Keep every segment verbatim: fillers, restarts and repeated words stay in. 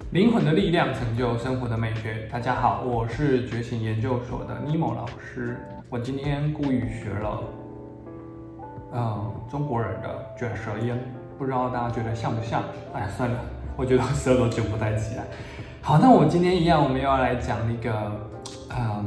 灵魂的力量成就生活的美学。大家好，我是觉醒研究所的尼莫老师。我今天故意学了，嗯，中国人的卷舌音，不知道大家觉得像不像？哎，算了，我觉得舌头卷不太起来。好，那我今天一样，我们又要来讲那个，嗯，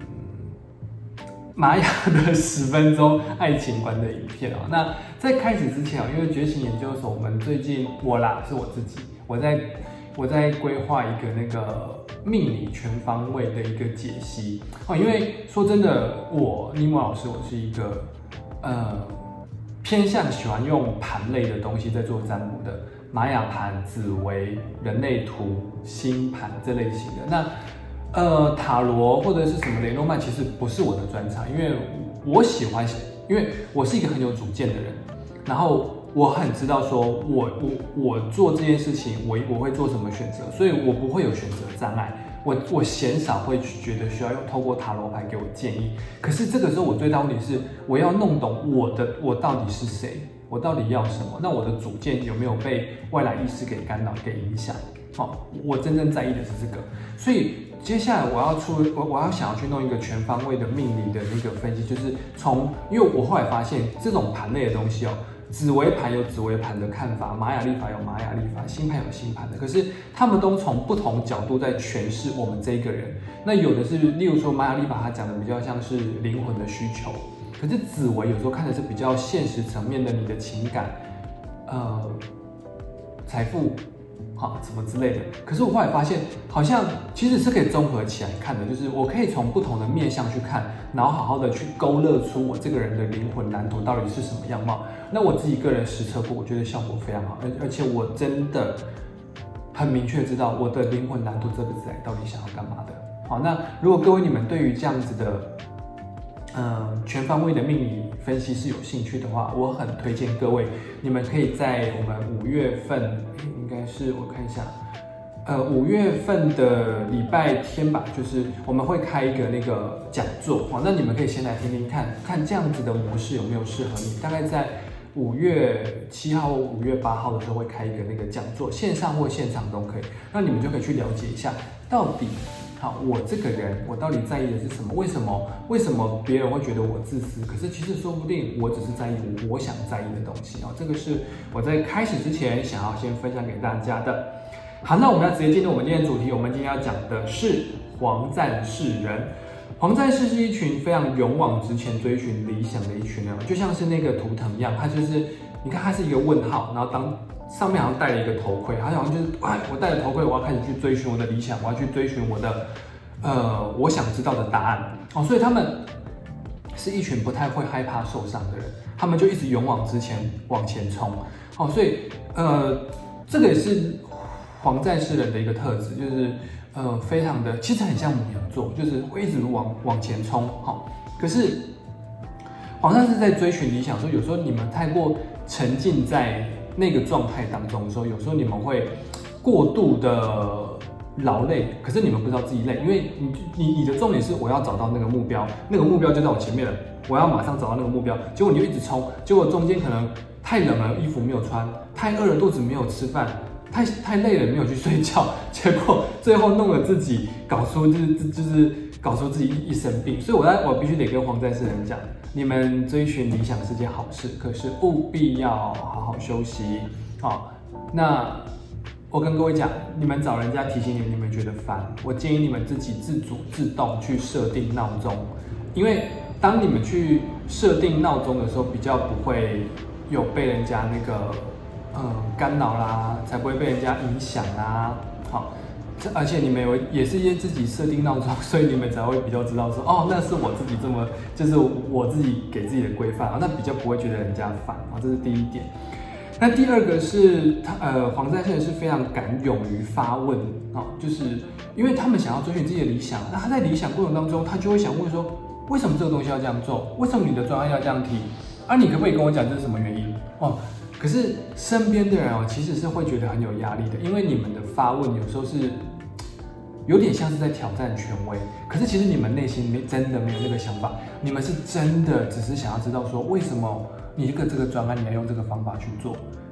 玛雅的十分钟爱情观的影片啊。那在开始之前啊，因为觉醒研究所，我们最近我啦是我自己，我在。我在规划一个那个命理全方位的一个解析哦，因为说真的，我尼莫老师，我是一个呃偏向喜欢用盘类的东西在做占卜的，玛雅盘、紫微、人类图、星盘这类型的。那呃塔罗或者是什么雷诺曼，其实不是我的专长，因为我喜欢，因为我是一个很有主见的人，然后。我很知道说我，我我做这件事情，我我会做什么选择，所以我不会有选择障碍。我我鲜少会觉得需要用透过塔罗牌给我建议。可是这个时候，我最大问题是，我要弄懂我的我到底是谁，我到底要什么？那我的主见有没有被外来意识给干扰、给影响？哦，我真正在意的是这个。所以接下来我要出，我我要想要去弄一个全方位的命理的那个分析，就是从，因为我后来发现这种盘类的东西哦。紫微盘有紫微盘的看法，玛雅历法有玛雅历法，星盘有星盘的。可是他们都从不同角度在诠释我们这一个人。那有的是，例如说玛雅历法，它讲的比较像是灵魂的需求，可是紫微有时候看的是比较现实层面的你的情感，呃，财富。好，什么之类的。可是我后来发现，好像其实是可以综合起来看的，就是我可以从不同的面向去看，然后好好的去勾勒出我这个人的灵魂蓝图到底是什么样貌。那我自己个人实测过，我觉得效果非常好，而而且我真的很明确知道我的灵魂蓝图这个字来到底想要干嘛的。好，那如果各位你们对于这样子的。嗯，全方位的命理分析是有兴趣的话，我很推荐各位，你们可以在我们五月份，应该是我看一下，呃，五月份的礼拜天吧，就是我们会开一个那个讲座，哦，那你们可以先来听听看，看这样子的模式有没有适合你。大概在五月七号或五月八号的时候会开一个那个讲座，线上或现场都可以，那你们就可以去了解一下到底。好，我这个人，我到底在意的是什么？为什么？为什么别人会觉得我自私？可是其实说不定我只是在意我我想在意的东西啊。这个是我在开始之前想要先分享给大家的。好，那我们要直接进入我们今天的主题。我们今天要讲的是黄战士人。黄战士是一群非常勇往直前、追寻理想的一群人，就像是那个图腾一样，它就是你看它是一个问号，然后当。上面好像戴了一个头盔，好像就是哎，我戴着头盔，我要开始去追寻我的理想，我要去追寻我的，呃，我想知道的答案哦。所以他们是一群不太会害怕受伤的人，他们就一直勇往直前，往前冲哦。所以呃，这个也是黄战士人的一个特质，就是呃，非常的，其实很像牡羊座，就是会一直往往前冲哈、哦。可是黄战士在追寻理想的时候，有时候你们太过沉浸在。那个状态当中的时候，有时候你们会过度的劳累，可是你们不知道自己累，因为你你你的重点是我要找到那个目标，那个目标就在我前面了，我要马上找到那个目标，结果你就一直冲，结果中间可能太冷了，衣服没有穿，太饿了，肚子没有吃饭，太太累了，没有去睡觉，结果最后弄了自己搞出就是就是搞出自己一身病，所以我在我必须得跟黄战士人讲。你们追寻理想是件好事，可是务必要好好休息。好，那我跟各位讲，你们找人家提醒你们，你们觉得烦，我建议你们自己自主自动去设定闹钟，因为当你们去设定闹钟的时候，比较不会有被人家那个嗯干扰啦，才不会被人家影响啦。好。而且你们有也是因为自己设定闹钟，所以你们才会比较知道说，哦，那是我自己这么，就是我自己给自己的规范啊，那比较不会觉得人家烦啊，这是第一点。那第二个是他呃，黄战士人是非常敢勇于发问啊，就是因为他们想要追寻自己的理想，那他在理想过程当中，他就会想问说，为什么这个东西要这样做？为什么你的专案要这样提？啊，你可不可以跟我讲这是什么原因？哦。可是身边的人哦，其实是会觉得很有压力的，因为你们的发问有时候是有点像是在挑战权威，可是其实你们内心没真的没有那个想法，你们是真的只是想要知道说为什么你这个这个专案你要用这个方法去做，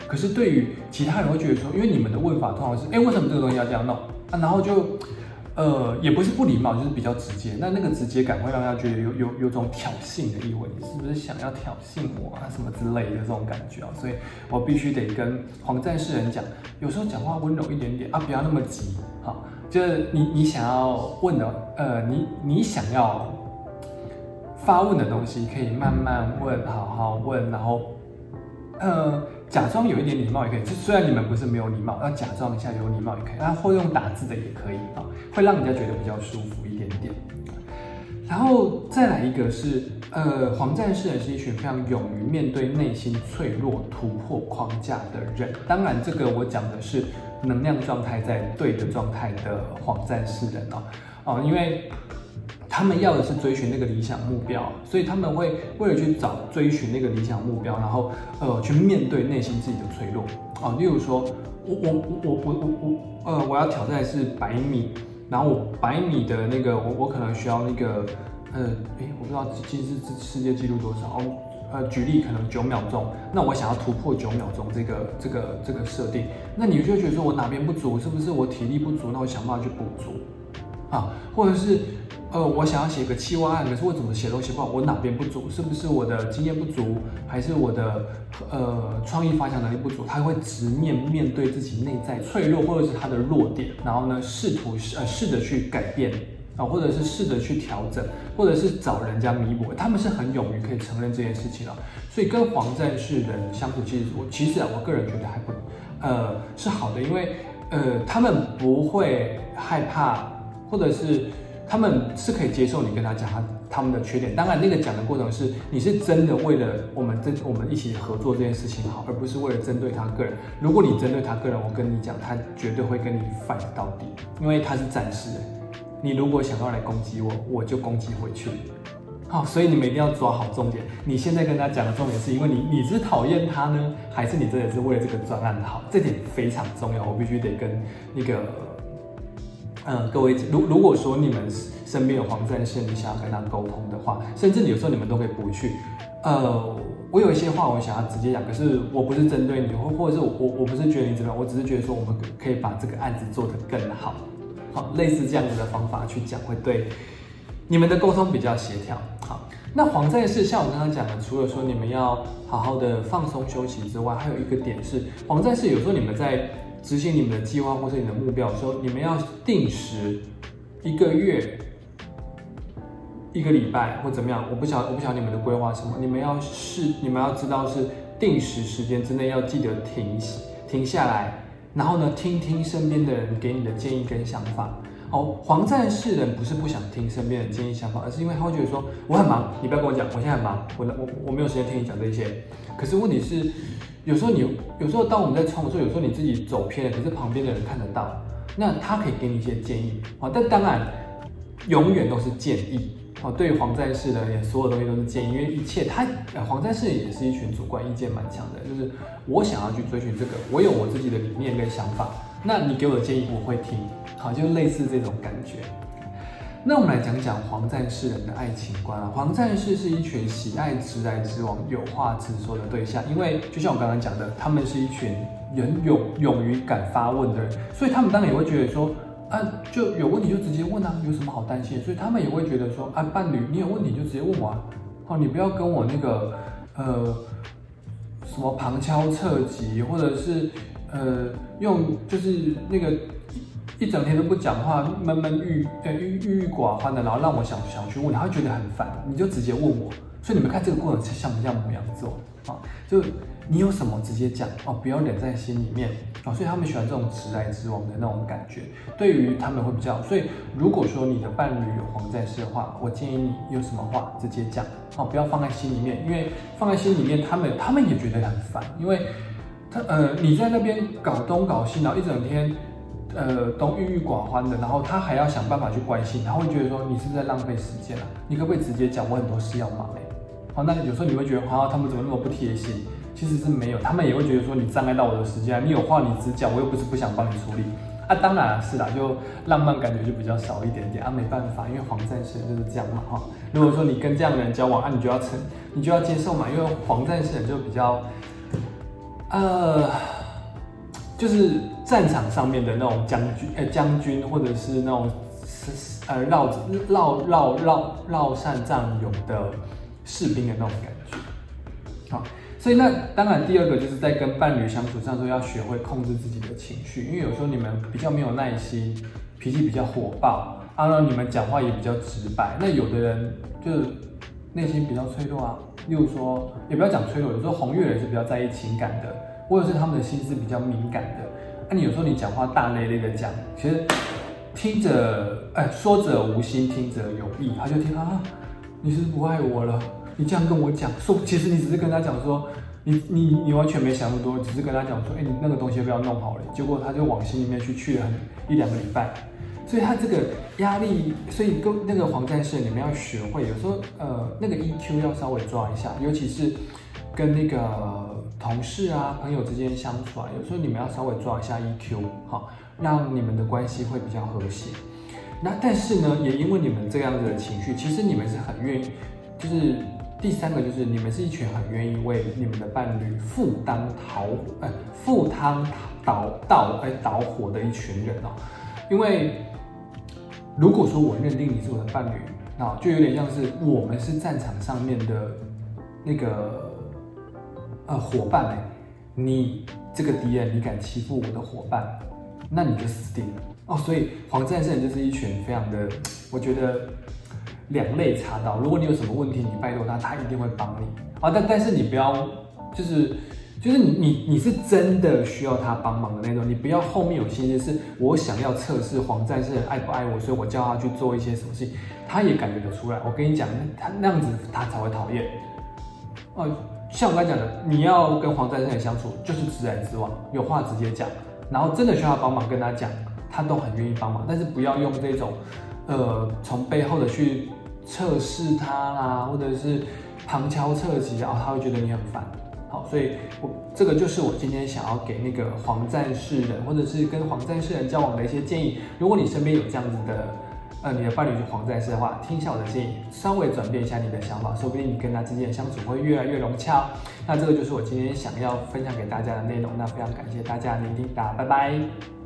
可是对于其他人会觉得说，因为你们的问法通常是，哎，为什么这个东西要这样弄啊？然后就，呃，也不是不礼貌，就是比较直接。那那个直接感会让大家觉得有有有种挑衅的意味，你是不是想要挑衅我啊？什么之类的这种感觉啊？所以我必须得跟黄战士人讲，有时候讲话温柔一点点啊，不要那么急，好，就是你你想要问的，呃，你你想要发问的东西，可以慢慢问，好好问，然后，呃。假装有一点礼貌也可以，就虽然你们不是没有礼貌，要假装一下有礼貌也可以，然后或用打字的也可以啊，会让人家觉得比较舒服一点点。然后再来一个是，呃，黄战士人是一群非常勇于面对内心脆弱、突破框架的人。当然，这个我讲的是能量状态在对的状态的黄战士人哦，哦，因为。他们要的是追寻那个理想目标，所以他们会为了去找追寻那个理想目标，然后呃去面对内心自己的脆弱啊。例如说，我我我我我我呃我要挑战的是百米，然后我百米的那个我我可能需要那个呃哎我不知道今日世界纪录多少哦呃举例可能九秒钟，那我想要突破九秒钟这个这个这个设定，那你就会觉得说我哪边不足，是不是我体力不足？那我想办法去补足啊，或者是。呃，我想要写个企划案，可是我怎么写都写不好，我哪边不足？是不是我的经验不足，还是我的呃创意发想能力不足？他会直面面对自己内在脆弱或者是他的弱点，然后呢，试图呃试着去改变啊，或者是试着去调整，或者是找人家弥补。他们是很勇于可以承认这件事情啊，所以跟黄战士人相处，其实我其实啊，我个人觉得还不呃是好的，因为呃他们不会害怕，或者是。他们是可以接受你跟他讲他他们的缺点，当然那个讲的过程是你是真的为了我们这我们一起合作这件事情好，而不是为了针对他个人。如果你针对他个人，我跟你讲，他绝对会跟你 fight 到底，因为他是战士。你如果想要来攻击我，我就攻击回去。好，所以你们一定要抓好重点。你现在跟他讲的重点是因为你你是讨厌他呢，还是你真的是为了这个专案好？这点非常重要，我必须得跟那个。嗯，各位，如如果说你们身边有黄战士，你想要跟他沟通的话，甚至有时候你们都可以不去。呃，我有一些话我想要直接讲，可是我不是针对你，或或者是我我我不是觉得你怎么样，我只是觉得说我们可以把这个案子做得更好，好，类似这样子的方法去讲，会对你们的沟通比较协调。好，那黄战士像我刚刚讲的，除了说你们要好好的放松休息之外，还有一个点是，黄战士有时候你们在。执行你们的计划或是你的目标的时候，你们要定时一个月、一个礼拜或怎么样，我不晓我不晓得你们的规划是什么。你们要是你们要知道是定时时间之内要记得停停下来，然后呢听听身边的人给你的建议跟想法。哦，黄战士人不是不想听身边的建议想法，而是因为他会觉得说我很忙，你不要跟我讲，我现在很忙，我我我没有时间听你讲这些。可是问题是。有时候你有时候当我们在冲的时候，有时候你自己走偏了，可是旁边的人看得到，那他可以给你一些建议啊。但当然，永远都是建议啊。对于黄战士而言，所有东西都是建议，因为一切他呃黄战士也是一群主观意见蛮强的，就是我想要去追寻这个，我有我自己的理念跟想法，那你给我的建议我会听，好，就类似这种感觉。那我们来讲讲黄战士人的爱情观啊。黄战士是一群喜爱直来直往、有话直说的对象，因为就像我刚刚讲的，他们是一群人勇勇于敢发问的人，所以他们当然也会觉得说，啊，就有问题就直接问啊，有什么好担心？所以他们也会觉得说，啊，伴侣你有问题就直接问我啊，哦，你不要跟我那个呃什么旁敲侧击，或者是呃用就是那个。一整天都不讲话，闷闷郁呃郁郁郁寡欢的，然后让我想想去问你，他会觉得很烦，你就直接问我。所以你们看这个过程像不像母羊座啊？就你有什么直接讲哦，不要忍在心里面啊。所以他们喜欢这种直来直往的那种感觉，对于他们会比较好。所以如果说你的伴侣有黄战士的话，我建议你有什么话直接讲哦，不要放在心里面，因为放在心里面，他们他们也觉得很烦，因为他呃你在那边搞东搞西，然后一整天。呃，都郁郁寡欢的，然后他还要想办法去关心，他会觉得说你是不是在浪费时间啊？你可不可以直接讲？我很多事要忙哎。好，那有时候你会觉得，啊，他们怎么那么不贴心？其实是没有，他们也会觉得说你障碍到我的时间啊。你有话你直讲，我又不是不想帮你处理啊。当然是啦，就浪漫感觉就比较少一点点啊，没办法，因为黄战士就是这样嘛哈。如果说你跟这样的人交往啊，你就要承，你就要接受嘛，因为黄战士人就比较。 呃，就是战场上面的那种将军，呃，将军或者是那种呃绕绕绕绕绕善仗勇的士兵的那种感觉。好，所以那当然第二个就是在跟伴侣相处上说要学会控制自己的情绪，因为有时候你们比较没有耐心，脾气比较火爆，啊，然后你们讲话也比较直白。那有的人就是内心比较脆弱啊，例如说也不要讲脆弱，有时候红月人是比较在意情感的，或者是他们的心思比较敏感的。那、啊、你有时候你讲话大咧咧的讲，其实听者哎说者无心，听者有意，他就听啊，你是不爱我了。你这样跟我讲，说其实你只是跟他讲说，你你你完全没想那么多，只是跟他讲说，哎、欸，你那个东西要不要弄好了？结果他就往心里面去，去了很一两个礼拜，所以他这个压力，所以跟那个黄战士，你们要学会，有时候呃那个 E Q 要稍微抓一下，尤其是跟那个同事啊、朋友之间相处啊，有时候你们要稍微抓一下 E Q， 好，让你们的关系会比较和谐。那但是呢，也因为你们这样子的情绪，其实你们是很愿意，就是。第三个就是你们是一群很愿意为你们的伴侣赴汤蹈火，哎，赴汤蹈蹈哎蹈火的一群人哦。因为如果说我认定你是我的伴侣，那就有点像是我们是战场上面的那个呃伙伴哎，你这个敌人你敢欺负我的伙伴，那你就死定了哦。所以黄战士人就是一群非常的，我觉得。两肋插刀，如果你有什么问题，你拜托他，他一定会帮你啊。但但是你不要，就是就是你你你是真的需要他帮忙的那种，你不要后面有心思是我想要测试黄战士人爱不爱我，所以我叫他去做一些什么事情，他也感觉得出来。我跟你讲，他那样子他才会讨厌。哦、呃，像我刚才讲的，你要跟黄战士人相处，就是直来直往，有话直接讲，然后真的需要他帮忙跟他讲，他都很愿意帮忙，但是不要用这种呃从背后的去。测试他啦，或者是旁敲侧击啊，他会觉得你很烦。好，所以我这个就是我今天想要给那个黄战士人，或者是跟黄战士人交往的一些建议。如果你身边有这样子的，呃，你的伴侣是黄战士的话，听一下我的建议，稍微转变一下你的想法，说不定你跟他之间的相处会越来越融洽。那这个就是我今天想要分享给大家的内容。那非常感谢大家的聆听，大家拜拜。